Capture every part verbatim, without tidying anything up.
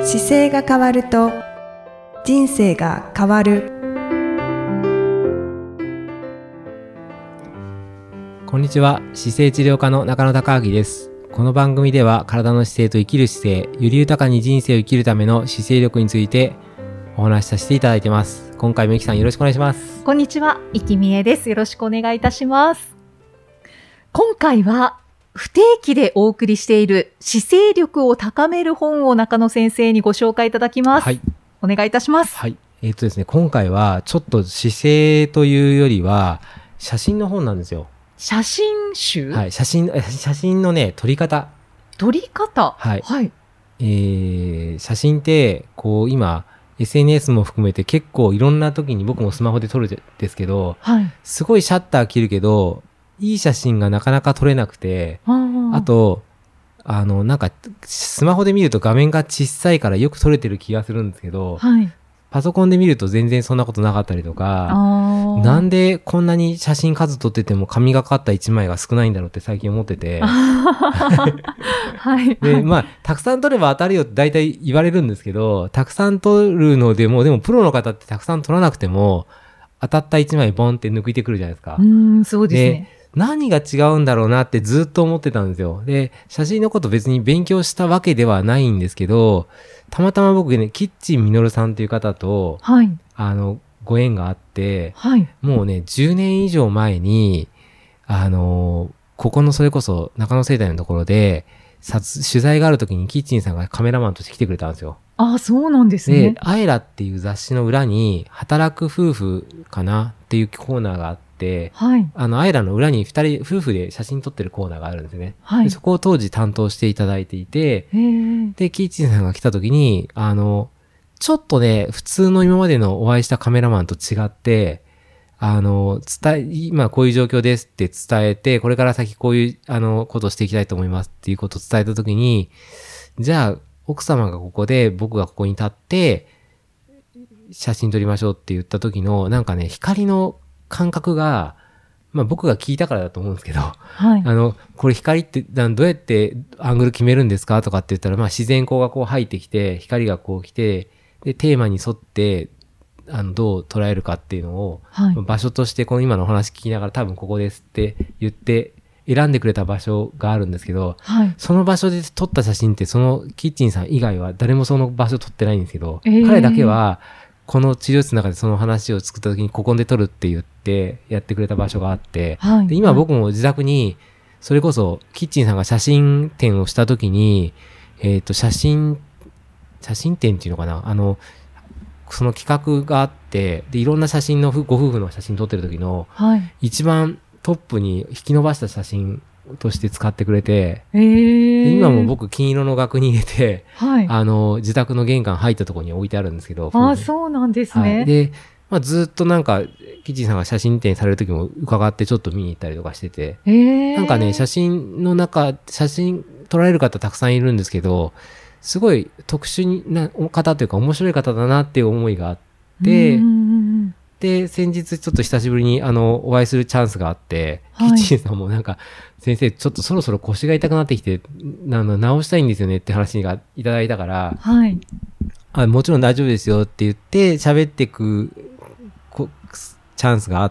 姿勢が変わると人生が変わる。 こんにちは。姿勢治療科の中野孝明です。この番組では体の姿勢と生きる姿勢、より豊かに人生を生きるための姿勢力についてお話しさせていただいています。今回もいきさんよろしくお願いします。 こんにちは、いきみえです。よろしくお願いいたします。今回は不定期でお送りしている姿勢力を高める本を中野先生にご紹介いただきます。はい、お願いいたします。 はい、えーっとですね、今回はちょっと姿勢というよりは写真の本なんですよ。 写真集？ はい、写真写真のね撮り方。 撮り方？ はい。 はい。 えー、写真ってこう今 エスエヌエス も含めて結構いろんな時に僕もスマホで撮るんですけど、はい、すごいシャッター切るけどいい写真がなかなか撮れなくて、あ, あとあのなんかスマホで見ると画面が小さいからよく撮れてる気がするんですけど、はい、パソコンで見ると全然そんなことなかったりとか、なんでこんなに写真数撮ってても神がかったいちまいが少ないんだろうって最近思っててはいで、まあたくさん撮れば当たるよって大体言われるんですけど、たくさん撮るのでもでもプロの方ってたくさん撮らなくても当たったいちまいボンって抜いてくるじゃないですか。 うーん、そうですね。 で何が違うんだろうなってずっと思ってたんですよ。で、写真のこと別に勉強したわけではないんですけど、たまたま僕ね、キッチンみのるさんという方と、はい、あの、ご縁があって、はい、もうね、じゅうねん以上前に、あの、ここのそれこそ中野生態のところで、取材がある時にキッチンさんがカメラマンとして来てくれたんですよ。 ああ、そうなんですね。 で、アエラっていう雑誌の裏に、働く夫婦かなっていうコーナーがあって、はい、あのアイラの裏にふたり夫婦で写真撮ってるコーナーがあるんですね、はい、でそこを当時担当していただいていて、でキッチンさんが来た時にあのちょっとね普通の今までのお会いしたカメラマンと違ってあの伝え今こういう状況ですって伝えて、これから先こういうあのことをしていきたいと思いますっていうことを伝えた時に、じゃあ奥様がここで僕がここに立って写真撮りましょうって言った時のなんかね光の感覚が、まあ僕が聞いたからだと思うんですけど、はい、あの、これ光ってどうやってアングル決めるんですかとかって言ったら、まあ自然光がこう入ってきて、光がこう来て、で、テーマに沿って、あの、どう捉えるかっていうのを、はい、場所としてこの今のお話聞きながら多分ここですって言って選んでくれた場所があるんですけど、はい、その場所で撮った写真ってそのキッチンさん以外は誰もその場所撮ってないんですけど、えー、彼だけは、この治療室の中でその話を作った時にここで撮るって言ってやってくれた場所があって、はい、で今僕も自宅にそれこそキッチンさんが写真展をした時に、えっと写真写真展っていうのかな、あのその企画があって、でいろんな写真のご夫婦の写真撮ってる時の、はい、一番トップに引き伸ばした写真として使ってくれて、えー、今も僕金色の額に入れて、はい、あの自宅の玄関入ったところに置いてあるんですけど、 あ、そうなんですね。 はい、で、まあ、ずっとなんかキッチンさんが写真展される時も伺ってちょっと見に行ったりとかしてて、えー、なんかね写真の中写真撮られる方たくさんいるんですけど、すごい特殊な方というか面白い方だなっていう思いがあって、で先日ちょっと久しぶりにあのお会いするチャンスがあって、はい、キッチンさんもなんか先生ちょっとそろそろ腰が痛くなってきてなの直したいんですよねって話がいただいたから、はい、あもちろん大丈夫ですよって言って喋っていくチャンスがあって、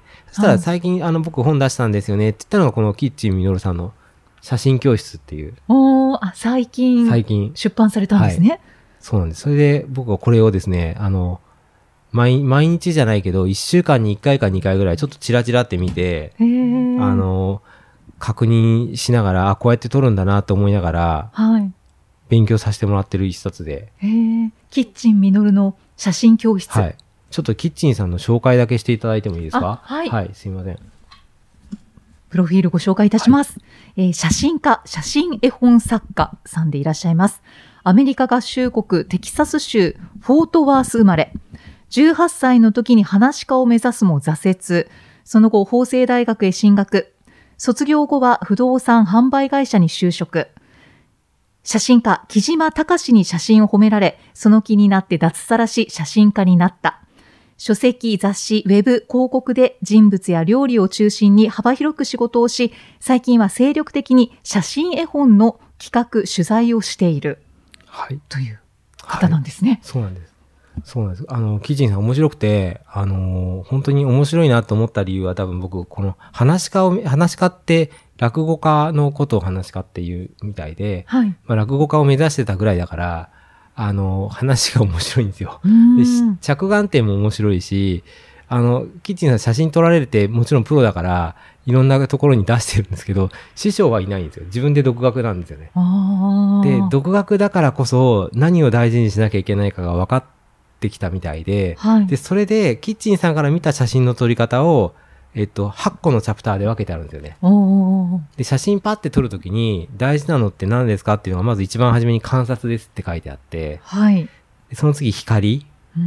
そしたら最近、はい、あの僕本出したんですよねって言ったのがこのキッチンみのるさんの写真教室っていう。 おー、あ、最近最近出版されたんですね、はい、 そうなんです。それで僕はこれをですねあの毎, 毎日じゃないけどいっしゅうかんにいっかいかにかいぐらいちょっとチラチラって見て、あの確認しながら、あこうやって撮るんだなと思いながら、はい、勉強させてもらってる一冊で、 へー、キッチンみのるの写真教室、 はい、ちょっとキッチンさんの紹介だけしていただいてもいいですか。 はい、 はい、すいません。 プロフィールご紹介いたします、はい、えー、写真家、写真絵本作家さんでいらっしゃいます。アメリカ合衆国テキサス州フォートワース生まれ、じゅうはっさいの時に話し家を目指すも挫折。その後、法政大学へ進学。卒業後は不動産販売会社に就職。写真家、木島隆に写真を褒められ、その気になって脱サラし写真家になった。書籍、雑誌、ウェブ、広告で人物や料理を中心に幅広く仕事をし、最近は精力的に写真絵本の企画、取材をしている。 はい。 という。 方なんですね。はい、 そうなんです。そうなんです。あの、キッチンさん面白くて、あのー、本当に面白いなと思った理由は多分僕、この話し家を、話し家って落語家のことを話し家っていうみたいで、はい、まあ、落語家を目指してたぐらいだから、あのー、話が面白いんですよ。で、着眼点も面白いし、あの、キッチンさん写真撮られてもちろんプロだから、いろんなところに出してるんですけど、師匠はいないんですよ。自分で独学なんですよね。で、独学だからこそ何を大事にしなきゃいけないかが分かってきたみたいで、はい、で、それでキッチンさんから見た写真の撮り方を、えっと、はっこのチャプターで分けてあるんですよね。で、写真パッて撮るときに大事なのって何ですかっていうのがまず一番初めに観察ですって書いてあって、はい、でその次光、うん、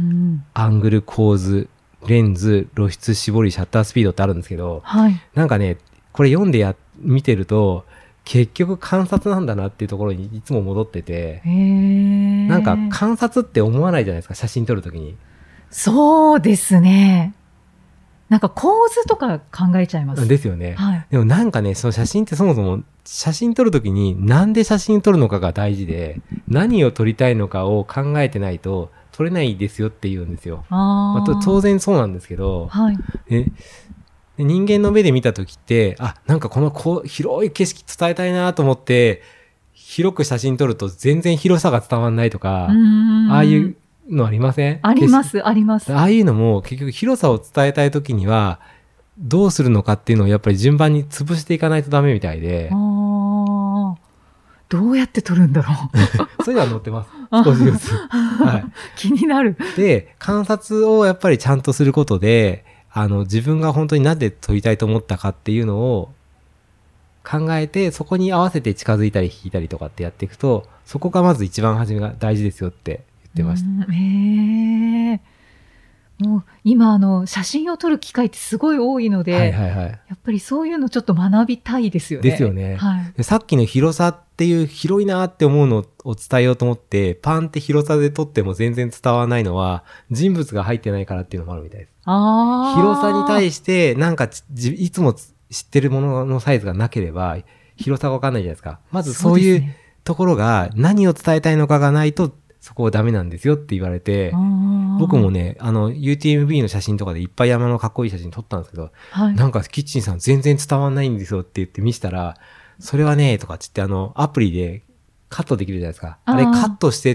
アングル、構図、レンズ、露出、絞り、シャッタースピードってあるんですけど、はい、なんかね、これ読んでや、見てると、結局観察なんだなっていうところにいつも戻ってて、なんか観察って思わないじゃないですか、写真撮るときに。 そうですね。なんか構図とか考えちゃいます。 ですよね。はい、でもなんかね、その写真ってそもそも写真撮るときになんで写真撮るのかが大事で、何を撮りたいのかを考えてないと、撮れないですよって言うんですよ。あ、まあ、当然そうなんですけど、はい、で人間の目で見たときって、あ、なんかこのこう広い景色伝えたいなと思って、広く写真撮ると全然広さが伝わんないとか、ああいうのありません？ あります、あります。 ああいうのも結局広さを伝えたいときには、どうするのかっていうのをやっぱり順番に潰していかないとダメみたいで。 あ、どうやって撮るんだろう。それでは載ってます。少しずつ。はい、 気になる。 で、観察をやっぱりちゃんとすることで、あの、自分が本当になんで撮りたいと思ったかっていうのを考えて、そこに合わせて近づいたり引いたりとかってやっていくと、そこがまず一番初めが大事ですよって言ってました。 へー。もう今あの写真を撮る機会ってすごい多いので、はいはいはい、やっぱりそういうのちょっと学びたいですよね。 ですよね。はい、でさっきの広さっていう広いなって思うのを伝えようと思ってパンって広さで撮っても全然伝わらないのは人物が入ってないからっていうのもあるみたいです。あ、広さに対してなんかいつも知ってるもののサイズがなければ広さが分かんないじゃないですか。まずそういうところが何を伝えたいのかがないとそこはダメなんですよって言われて、僕もね、あの ユーティーエムビー の写真とかでいっぱい山のかっこいい写真撮ったんですけど、はい、なんかキッチンさん全然伝わんないんですよって言って見せたら、それはねとかつってあのアプリでカットできるじゃないですか。あれカットしてって、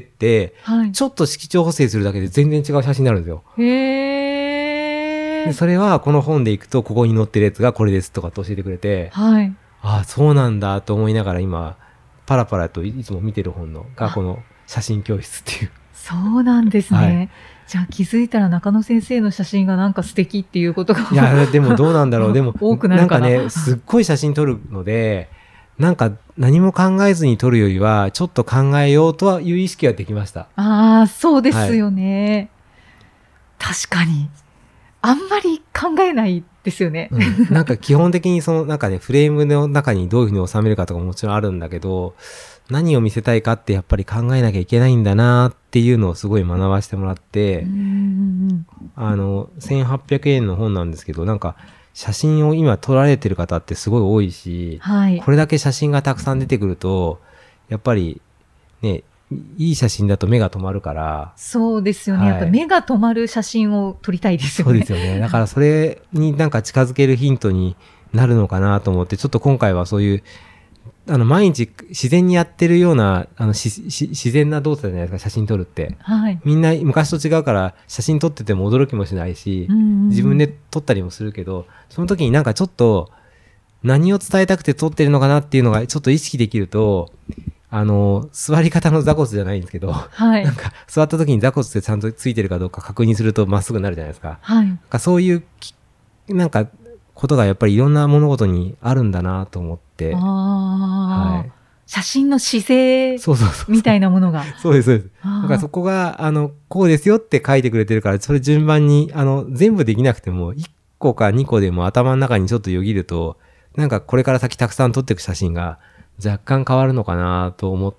はい、ちょっと色調補正するだけで全然違う写真になるんですよ。へー。でそれはこの本でいくとここに載ってるやつがこれですとかって教えてくれて、はい、ああそうなんだと思いながら今パラパラといつも見てる本のがこの写真教室っていう。 そうなんですね。はい、じゃあ気づいたら中野先生の写真がなんか素敵っていうことが。 いや、でもどうなんだろう。でも、 多くなるかな。 なんかね、すっごい写真撮るので、なんか何も考えずに撮るよりは、ちょっと考えようとはいう意識ができました。 ああ、そうですよね。はい、確かに。あんまり考えないですよね。 うん、なんか基本的にそのなんかね、フレームの中にどういうふうに収めるかとかももちろんあるんだけど、何を見せたいかってやっぱり考えなきゃいけないんだなっていうのをすごい学ばせてもらって、あの、せんはっぴゃくえんの本なんですけど、なんか写真を今撮られてる方ってすごい多いし、はい、これだけ写真がたくさん出てくると、やっぱりね、いい写真だと目が止まるから。 そうですよね。はい、やっぱ目が止まる写真を撮りたいですよね。 そうですよね。だからそれになんか近づけるヒントになるのかなと思って、ちょっと今回はそういう、あの、毎日自然にやってるような、あの、し、し、自然な動作じゃないですか、写真撮るって。はい。みんな昔と違うから、写真撮ってても驚きもしないし、うんうん、自分で撮ったりもするけど、その時になんかちょっと、何を伝えたくて撮ってるのかなっていうのがちょっと意識できると、あの、座り方の座骨じゃないんですけど、はい。なんか、座った時に座骨ってちゃんとついてるかどうか確認するとまっすぐになるじゃないですか。はい。なんかそういう、なんか、ことがやっぱりいろんな物事にあるんだなと思って。ああ、はい。写真の姿勢みたいなものが。 そうです、そうです。だからそこが、あの、こうですよって書いてくれてるから、それ順番に、あの、全部できなくても、いっこかにこでも頭の中にちょっとよぎると、なんかこれから先たくさん撮っていく写真が若干変わるのかなと思って、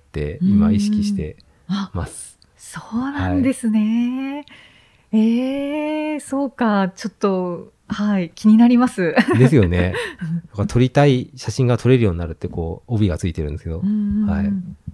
今意識してます。 そうなんですね。はい、えー、そうか、ちょっと、はい、気になります。 ですよね。撮りたい写真が撮れるようになるってこう帯がついてるんですけど、はい。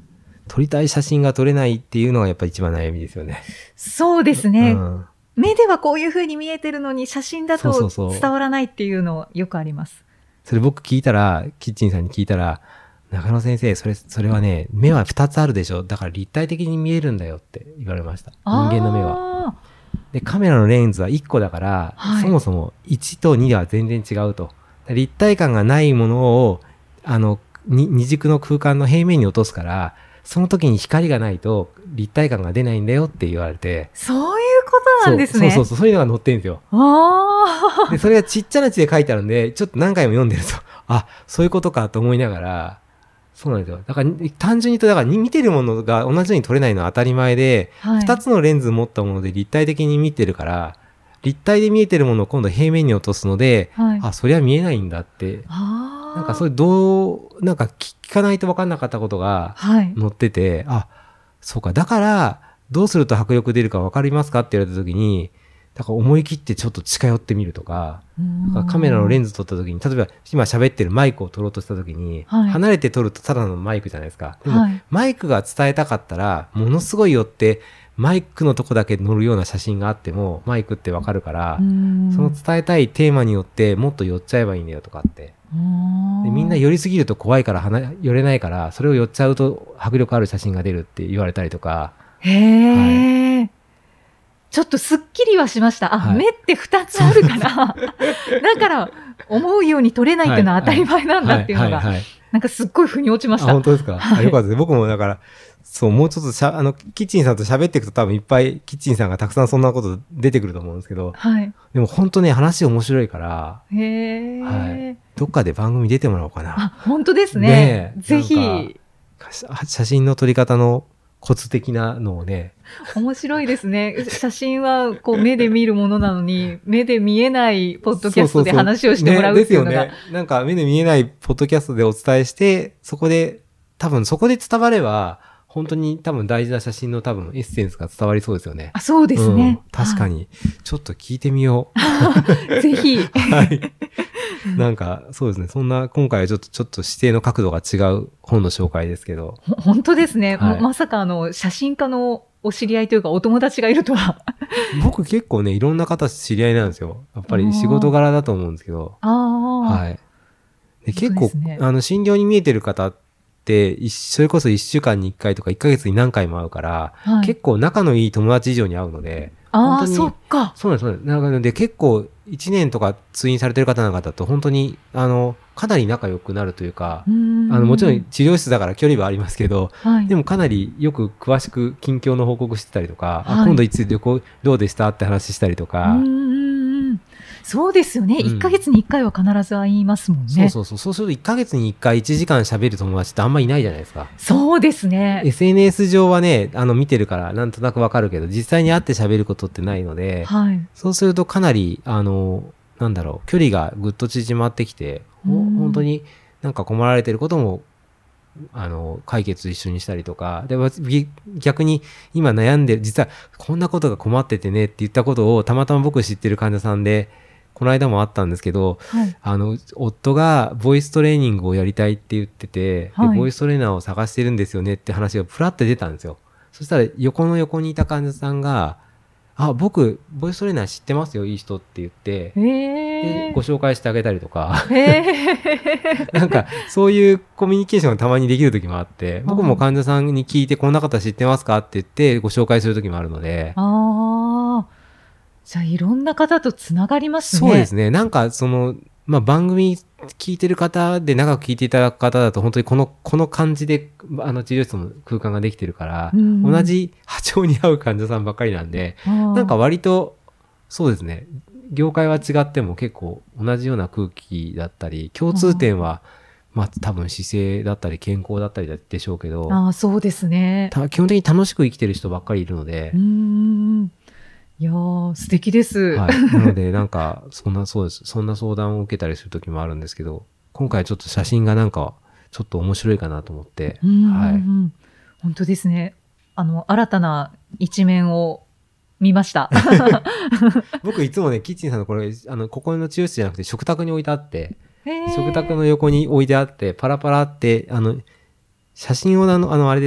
撮りたい写真が撮れないっていうのがやっぱり一番悩みですよね。 そうですね。うん、 目ではこういう風に見えてるのに写真だと伝わらないっていうのよくあります。 それ僕聞いたら、キッチンさんに聞いたら、中野先生、それ、それはね、目はふたつあるでしょ。だから立体的に見えるんだよって言われました。人間の目は。で、カメラのレンズはいっこだから、はい、そもそもいちとにでは全然違うと。立体感がないものを、あの、二軸の空間の平面に落とすから、その時に光がないと立体感が出ないんだよって言われて。 そういうことなんですね。 そうそうそう、そういうのが載ってるんですよ。 あで、それがちっちゃな字で書いてあるんで、ちょっと何回も読んでると、あ、そういうことかと思いながら、そうなんですよ。だから単純に言うと、だから見てるものが同じように撮れないのは当たり前で、はい、ふたつのレンズ持ったもので立体的に見てるから、立体で見えてるものを今度平面に落とすので、はい、あ、そりゃ見えないんだって。なんかそれどう、なんか聞かないと分かんなかったことが載ってて、はい、あ、そうか。だから、どうすると迫力出るか分かりますかって言われた時に、だから思い切ってちょっと近寄ってみるとか、かカメラのレンズ撮った時に、例えば今喋ってるマイクを撮ろうとした時に、はい、離れて撮るとただのマイクじゃないですか。でも、はい、マイクが伝えたかったら、ものすごい寄って、マイクのとこだけ乗るような写真があっても、マイクってわかるから、その伝えたいテーマによってもっと寄っちゃえばいいんだよとかって。でみんな寄りすぎると怖いから寄れないから、それを寄っちゃうと迫力ある写真が出るって言われたりとか。 へー。はい、ちょっとすっきりはしました。あ、はい、目ってふたつあるから、だから思うように撮れないっていうのは当たり前なんだっていうのが、なんかすっごい腑に落ちました。 あ、本当ですか。はい、あ、よかったです。僕もだから、そう、もうちょっとしゃ、あの、キッチンさんと喋っていくと多分いっぱい、キッチンさんがたくさんそんなこと出てくると思うんですけど、はい。でも本当ね、話面白いから、へー。はい。どっかで番組出てもらおうかな。 あ、本当ですね。ね、ぜひ。 写真の撮り方のコツ的なのをね。 面白いですね。写真はこう目で見るものなのに、目で見えないポッドキャストで話をしてもらうっていうのが。 そうそうそう、ね、ですよね。なんか目で見えないポッドキャストでお伝えして、そこで、多分そこで伝われば、本当に多分大事な写真の多分エッセンスが伝わりそうですよね。 あ、そうですね。 うん、確かに。ちょっと聞いてみよう。ぜひ。はい。 なんか、そうですね。そんな、今回はちょっと、ちょっと指定の角度が違う本の紹介ですけど。 本当ですね。はい、まさかあの、写真家のお知り合いというかお友達がいるとは。 僕結構ね、いろんな方知り合いなんですよ。やっぱり仕事柄だと思うんですけど。ああ。はい。で結構、ね、あの、診療に見えてる方って、で、それこそいっしゅうかんにいっかいとかいっかげつに何回も会うから、はい、結構仲のいい友達以上に会うので、 ああ、そっか。 そうなんです、そうなんです。なので結構いちねんとか通院されてる方なんかだと本当に、あの、かなり仲良くなるというか、あの、もちろん治療室だから距離はありますけど、はい、でもかなりよく詳しく近況の報告してたりとか、はい、あ、今度いつ旅行どうでしたって話したりとか、 そうですよね、うん。いっかげつにいっかいは必ず会いますもんね。 そうそうそう。そうするといっかげつにいっかいいちじかん喋る友達ってあんまりいないじゃないですか。 そうですね。 エスエヌエス 上はね、あの見てるからなんとなくわかるけど、実際に会って喋ることってないので、はい、そうするとかなり、あの、なんだろう、距離がぐっと縮まってきて、本当になんか困られてることも、あの、解決一緒にしたりとか、で、逆に今悩んでる、実はこんなことが困っててねって言ったことをたまたま僕知ってる患者さんで、この間もあったんですけど、はい、あの、夫がボイストレーニングをやりたいって言ってて、はい、でボイストレーナーを探してるんですよねって話がふらって出たんですよ。そしたら横の横にいた患者さんが、あ、僕、ボイストレーナー知ってますよ、いい人って言って、でご紹介してあげたりとか、なんか、そういうコミュニケーションがたまにできる時もあって、僕も患者さんに聞いて、こんな方知ってますかって言って、ご紹介する時もあるので、 ああ。じゃあいろんな方とつながりますね。 そうですね。なんかその、まあ、番組聞いてる方で長く聞いていただく方だと本当にこの、この感じであの治療室の空間ができてるから、うん、同じ波長に合う患者さんばっかりなんで、なんか割とそうですね。業界は違っても結構同じような空気だったり、共通点は、まあ多分姿勢だったり健康だったりでしょうけど、 ああ、そうですね。 基本的に楽しく生きてる人ばっかりいるので、 うーん、いやー、素敵です。 はい。なので、なんか、そんな、そうです。そんな相談を受けたりする時もあるんですけど、今回ちょっと写真がなんか、ちょっと面白いかなと思って、 うんうんうん、はい。本当ですね。あの、新たな一面を見ました。 僕いつもね、キッチンさんのこれ、あの、ここの治療室じゃなくて食卓に置いてあって、食卓の横に置いてあって、パラパラって、あの、写真をあの、あの、あれです。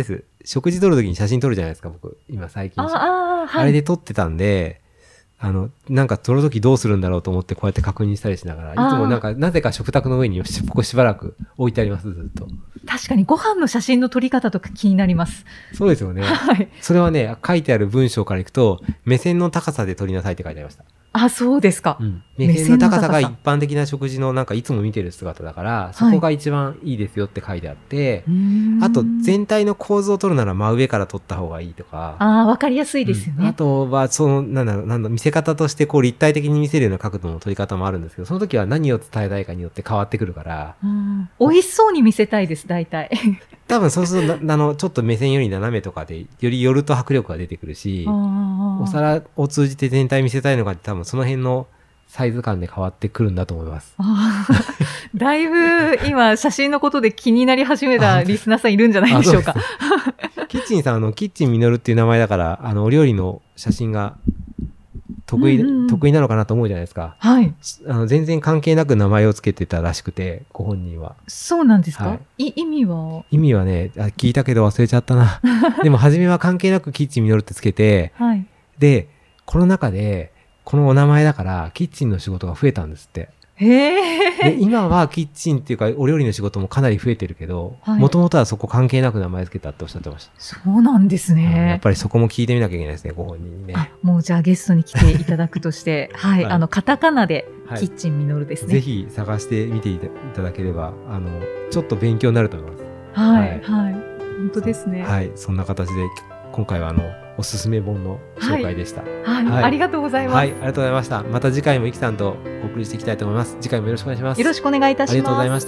食事撮るときに写真撮るじゃないですか、僕。今最近。 あ, あ,、はい、 あれで撮ってたんで、あの、なんか撮るときどうするんだろうと思ってこうやって確認したりしながら、いつもなんか、なぜか食卓の上にここしばらく置いてあります、ずっと。 確かにご飯の写真の撮り方とか気になります。 そうですよね。はい。それはね、書いてある文章からいくと、目線の高さで撮りなさいって書いてありました。 あ、そうですか。 うん、目線の高さが一般的な食事のなんかいつも見てる姿だから、そこが一番いいですよって書いてあって、はい、あと全体の構図を撮るなら真上から撮った方がいいとか。 ああ、わかりやすいですよね。 うん、あとは、その、なんだろう、なんだろう、見せ方としてこう立体的に見せるような角度の撮り方もあるんですけど、その時は何を伝えたいかによって変わってくるから。 うん、美味しそうに見せたいです、大体。 多分そうすると、あの、ちょっと目線より斜めとかで、より寄ると迫力が出てくるし、お皿を通じて全体見せたいのかって多分その辺のサイズ感で変わってくるんだと思います。 だいぶ今写真のことで気になり始めたリスナーさんいるんじゃないでしょうか。 キッチンさん、あの、キッチンミノルっていう名前だから、あの、お料理の写真が得意、うんうん、得意なのかなと思うじゃないですか。 はい。 あの、全然関係なく名前をつけてたらしくて、ご本人は。 そうなんですか、 はい、 い意味は意味はね、あ、聞いたけど忘れちゃったな。でも、初めは関係なくキッチンミノルってつけて、はい。で、この中で、このお名前だから、キッチンの仕事が増えたんですって。 へー。 で、今はキッチンっていうか、お料理の仕事もかなり増えてるけど、もともとはそこ関係なく名前つけたっておっしゃってました。 そうなんですね。 やっぱりそこも聞いてみなきゃいけないですね、ご本人にね。 あ、もうじゃあゲストに来ていただくとして、はい、はい、あの、カタカナで、キッチンミノルですね、 はい。ぜひ探してみていただければ、あの、ちょっと勉強になると思います。 はい、はい。はい、本当ですね。 はい、そんな形で、今回はあの、おすすめ本の紹介でした、 はいはいはい。ありがとうございます。 はい、ありがとうございました。また次回もイキさんとお送りしていきたいと思います。次回もよろしくお願いします。 よろしくお願いいたします。 ありがとうございました。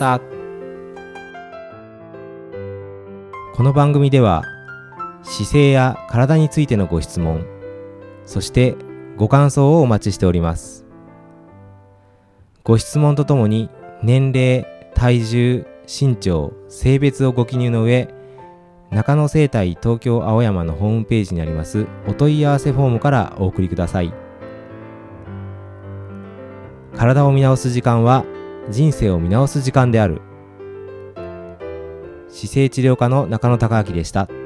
この番組では、姿勢や体についてのご質問、そしてご感想をお待ちしております。ご質問とともに、年齢、体重、身長、性別をご記入の上、中野生態東京青山のホームページにありますお問い合わせフォームからお送りください。体を見直す時間は人生を見直す時間である。姿勢治療科の中野孝明でした。